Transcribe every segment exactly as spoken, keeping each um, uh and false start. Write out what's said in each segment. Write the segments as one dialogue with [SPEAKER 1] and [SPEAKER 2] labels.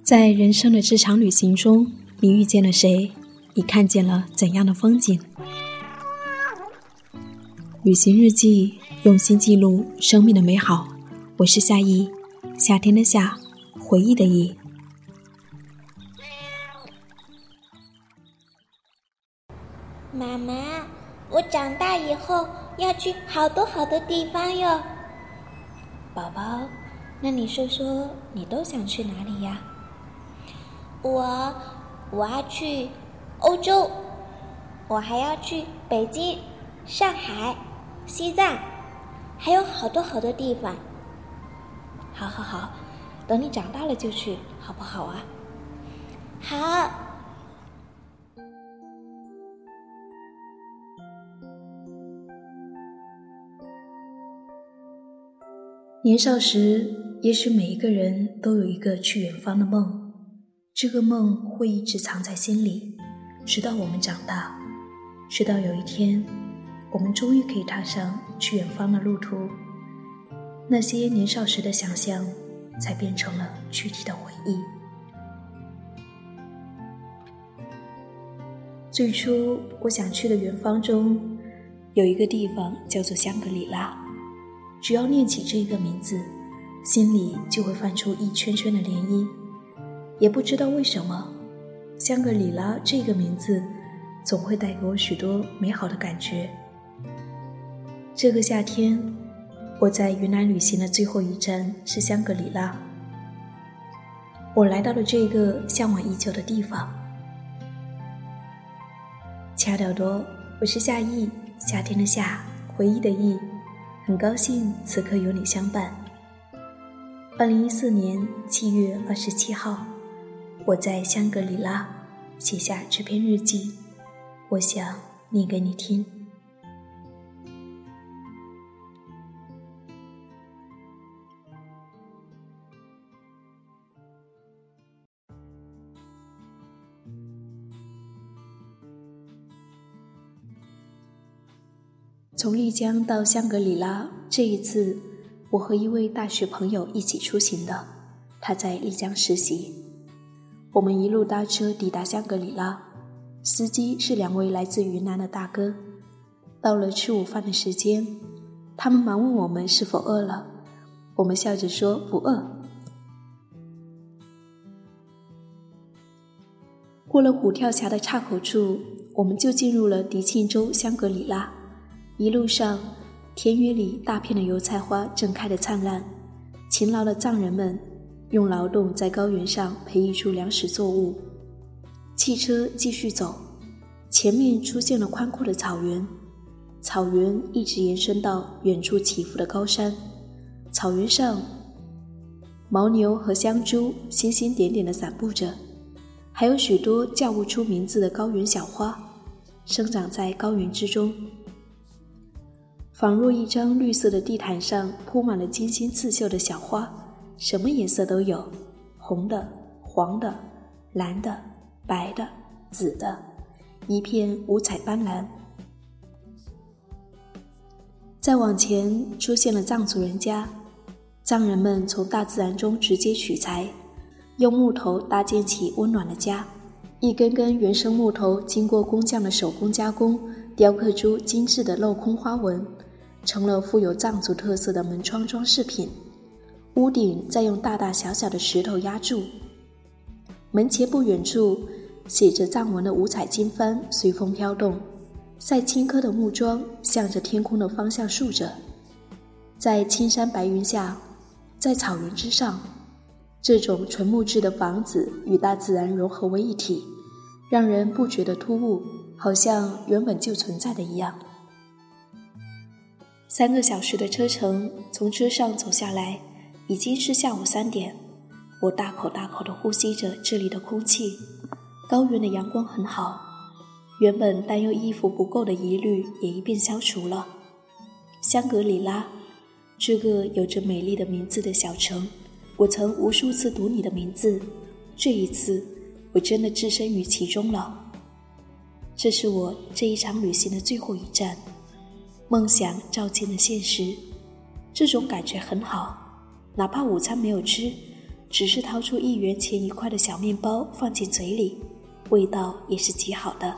[SPEAKER 1] 在人生的这场旅行中，你遇见了谁？你看见了怎样的风景？旅行日记，用心记录生命的美好。我是夏意，夏天的夏，回忆的忆。
[SPEAKER 2] 妈妈，我长大以后要去好多好多地方哟。宝宝，那你说说你都想去哪里呀？我我要去欧洲，我还要去北京、上海、西藏，还有好多好多地方。好好好，等你长大了就去，好不好啊？好。
[SPEAKER 1] 年少时，也许每一个人都有一个去远方的梦，这个梦会一直藏在心里，直到我们长大，直到有一天，我们终于可以踏上去远方的路途，那些年少时的想象，才变成了具体的回忆。最初，我想去的远方中，有一个地方叫做香格里拉。只要念起这个名字，心里就会泛出一圈圈的涟漪。也不知道为什么，香格里拉这个名字总会带给我许多美好的感觉。这个夏天，我在云南旅行的最后一站是香格里拉。我来到了这个向往已久的地方。亲爱的耳朵，我是夏意，夏天的夏，回忆的忆。很高兴此刻有你相伴。二零一四年七月二十七号，我在香格里拉写下这篇日记，我想念给你听。从丽江到香格里拉，这一次我和一位大学朋友一起出行的，他在丽江实习。我们一路搭车抵达香格里拉，司机是两位来自云南的大哥。到了吃午饭的时间，他们忙问我们是否饿了，我们笑着说不饿。过了虎跳峡的岔口处，我们就进入了迪庆州香格里拉。一路上，田野里大片的油菜花正开得灿烂，勤劳的藏人们用劳动在高原上培育出粮食作物。汽车继续走，前面出现了宽阔的草原，草原一直延伸到远处起伏的高山。草原上，牦牛和香猪星星点点地散步着，还有许多叫不出名字的高原小花，生长在高原之中。仿若一张绿色的地毯上铺满了精心刺绣的小花，什么颜色都有，红的、黄的、蓝的、白的、紫的，一片五彩斑斓。再往前出现了藏族人家，藏人们从大自然中直接取材，用木头搭建起温暖的家，一根根原生木头经过工匠的手工加工，雕刻出精致的镂空花纹，成了富有藏族特色的门窗装饰品。屋顶再用大大小小的石头压住，门前不远处写着藏文的五彩经幡随风飘动，赛青稞的木桩向着天空的方向竖着。在青山白云下，在草原之上，这种纯木质的房子与大自然融合为一体，让人不觉得突兀，好像原本就存在的一样。三个小时的车程，从车上走下来，已经是下午三点。我大口大口地呼吸着这里的空气，高原的阳光很好，原本担忧衣服不够的疑虑也一并消除了。香格里拉，这个有着美丽的名字的小城，我曾无数次读你的名字，这一次我真的置身于其中了。这是我这一场旅行的最后一站，梦想照进了现实，这种感觉很好，哪怕午餐没有吃， 只是掏出一元钱一块的小面包放进嘴里，味道也是极好的。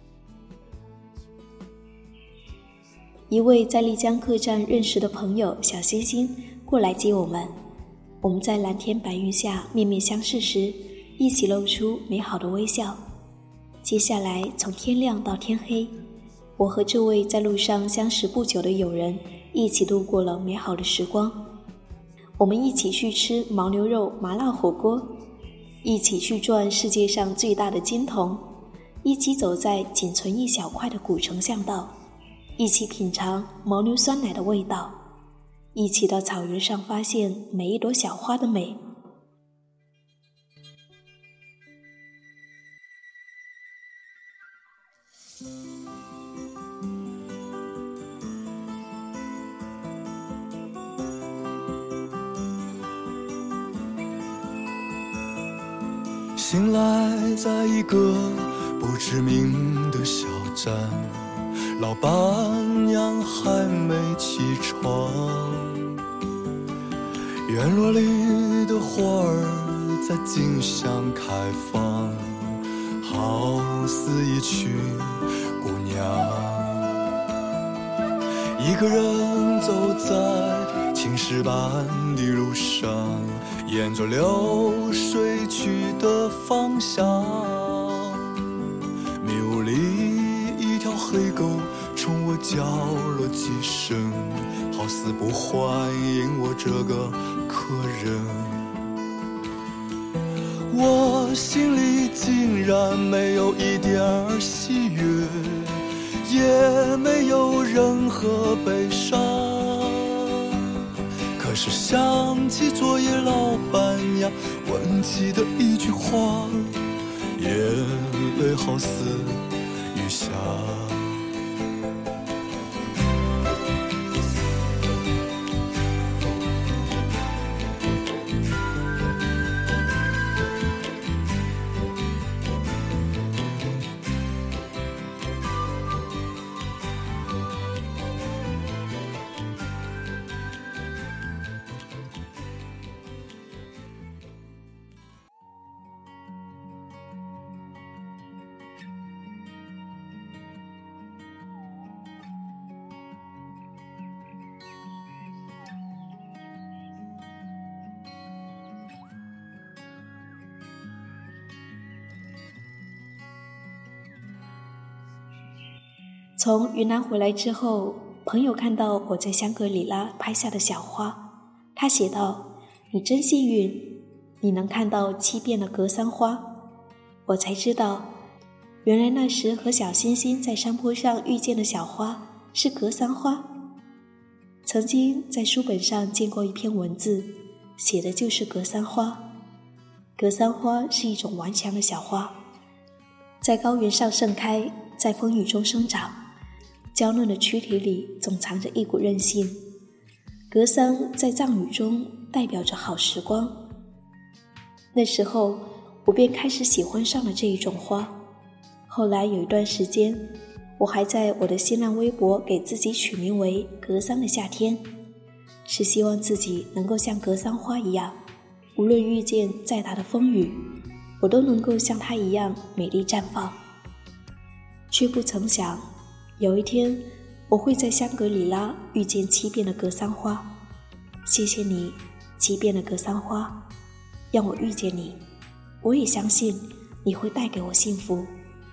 [SPEAKER 1] 一位在丽江客栈认识的朋友小星星过来接我们，我们在蓝天白云下面面相视时，一起露出美好的微笑。接下来从天亮到天黑，我和这位在路上相识不久的友人一起度过了美好的时光。我们一起去吃牦牛肉麻辣火锅，一起去转世界上最大的金童，一起走在仅存一小块的古城巷道，一起品尝牦牛酸奶的味道，一起到草原上发现每一朵小花的美。
[SPEAKER 3] 醒来在一个不知名的小站，老板娘还没起床，院落里的花儿在竞相开放，好似一群姑娘。一个人走在青石板的路上，沿着流水去的方向，迷雾里一条黑狗冲我叫了几声，好似不欢迎我这个客人。我心里竟然没有一点喜悦，也没有任何悲伤，可是想起昨夜老板娘问起的一句话，眼泪好似雨下。
[SPEAKER 1] 从云南回来之后，朋友看到我在香格里拉拍下的小花，他写道：你真幸运，你能看到七遍的格桑花。我才知道，原来那时和小星星在山坡上遇见的小花是格桑花。曾经在书本上见过一篇文字，写的就是格桑花。格桑花是一种顽强的小花，在高原上盛开，在风雨中生长，娇嫩的躯体里总藏着一股韧性。格桑在藏语中代表着好时光。那时候我便开始喜欢上了这一种花。后来有一段时间，我还在我的新浪微博给自己取名为格桑的夏天，是希望自己能够像格桑花一样，无论遇见再大的风雨，我都能够像它一样美丽绽放。却不曾想，有一天我会在香格里拉遇见七遍的格桑花。谢谢你，七遍的格桑花，让我遇见你。我也相信你会带给我幸福。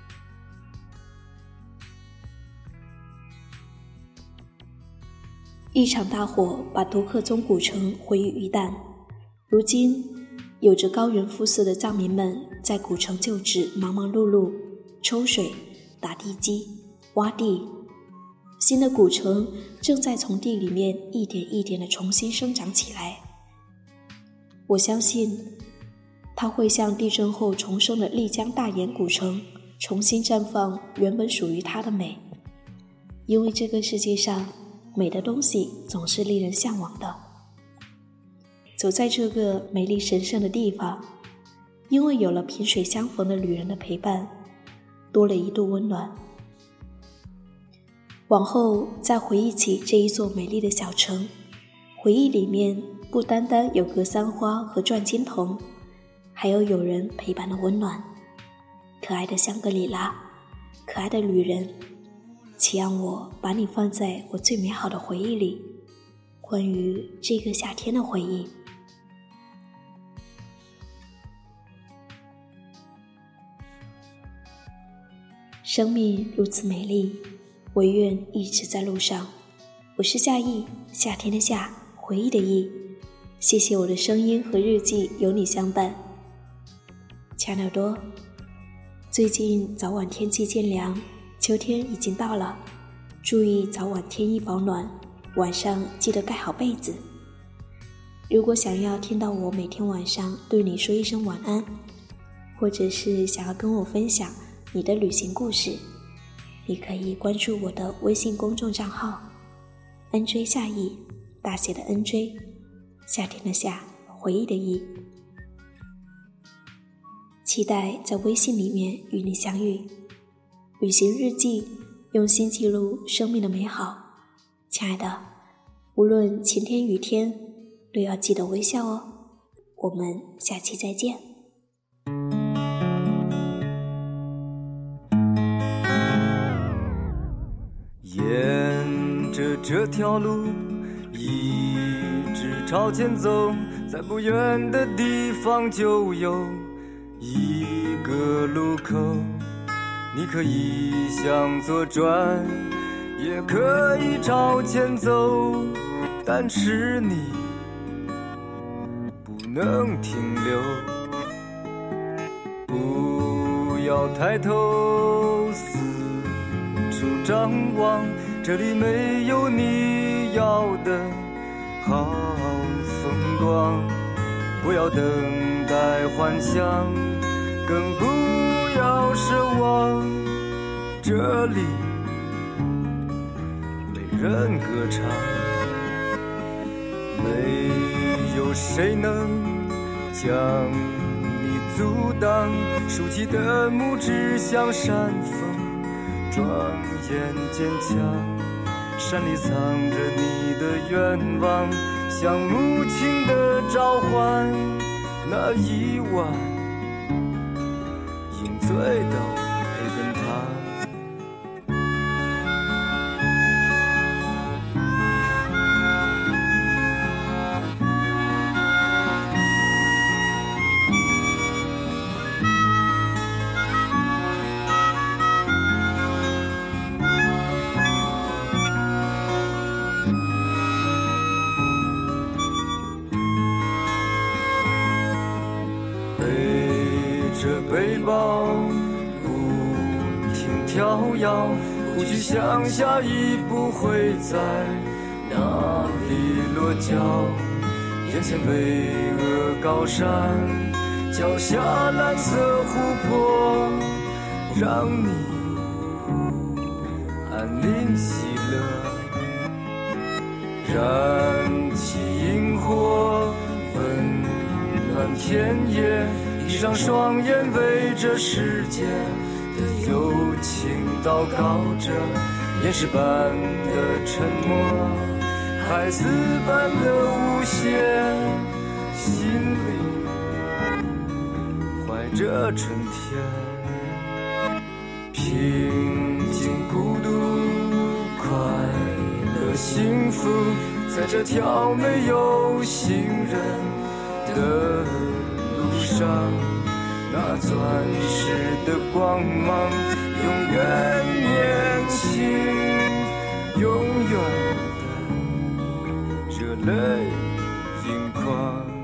[SPEAKER 1] 一场大火把独克宗古城毁于一旦，如今有着高原肤色的藏民们在古城旧址忙忙碌碌，抽水、打地基、挖地，新的古城正在从地里面一点一点地重新生长起来。我相信它会像地震后重生的丽江大研古城重新绽放原本属于它的美，因为这个世界上美的东西总是令人向往的。走在这个美丽神圣的地方，因为有了萍水相逢的旅人的陪伴，多了一度温暖。往后再回忆起这一座美丽的小城， 回忆里面不单单有格桑花和转经筒，还有有人陪伴的温暖。可爱的香格里拉，可爱的旅人，请让我把你放在我最美好的回忆里，关于这个夏天的回忆。生命如此美丽，唯愿一直在路上。我是夏意，夏天的夏，回忆的忆。谢谢我的声音和日记有你相伴。亲爱的耳朵，最近早晚天气渐凉，秋天已经到了，注意早晚添衣保暖，晚上记得盖好被子。如果想要听到我每天晚上对你说一声晚安，或者是想要跟我分享你的旅行故事，你可以关注我的微信公众账号 N J 夏意，大写的 N J， 夏天的夏，回忆的忆。期待在微信里面与你相遇。旅行日记，用心记录生命的美好。亲爱的，无论晴天雨天，都要记得微笑哦。我们下期再见。
[SPEAKER 3] 沿着这条路一直朝前走，在不远的地方就有一个路口，你可以向左转，也可以朝前走，但是你不能停留。不要抬头四处张望，这里没有你要的好风光。不要等待幻想，更不要奢望，这里没人歌唱，没有谁能将你阻挡。竖起的拇指向山峰庄严坚强，山里藏着你的愿望，像母亲的召唤。那一晚饮醉到培根糖。背包不停跳跃，不去想下一步会在哪里落脚。眼前巍峨高山，脚下蓝色湖泊，让你安宁喜乐。燃起萤火，温暖田野，闭上双眼，为这世界的友情祷告着。岩石般的沉默，孩子般的无邪，心里怀着春天。平静孤独，快乐幸福，在这条没有行人的路上，那钻石的光芒永远年轻，永远的热泪盈眶。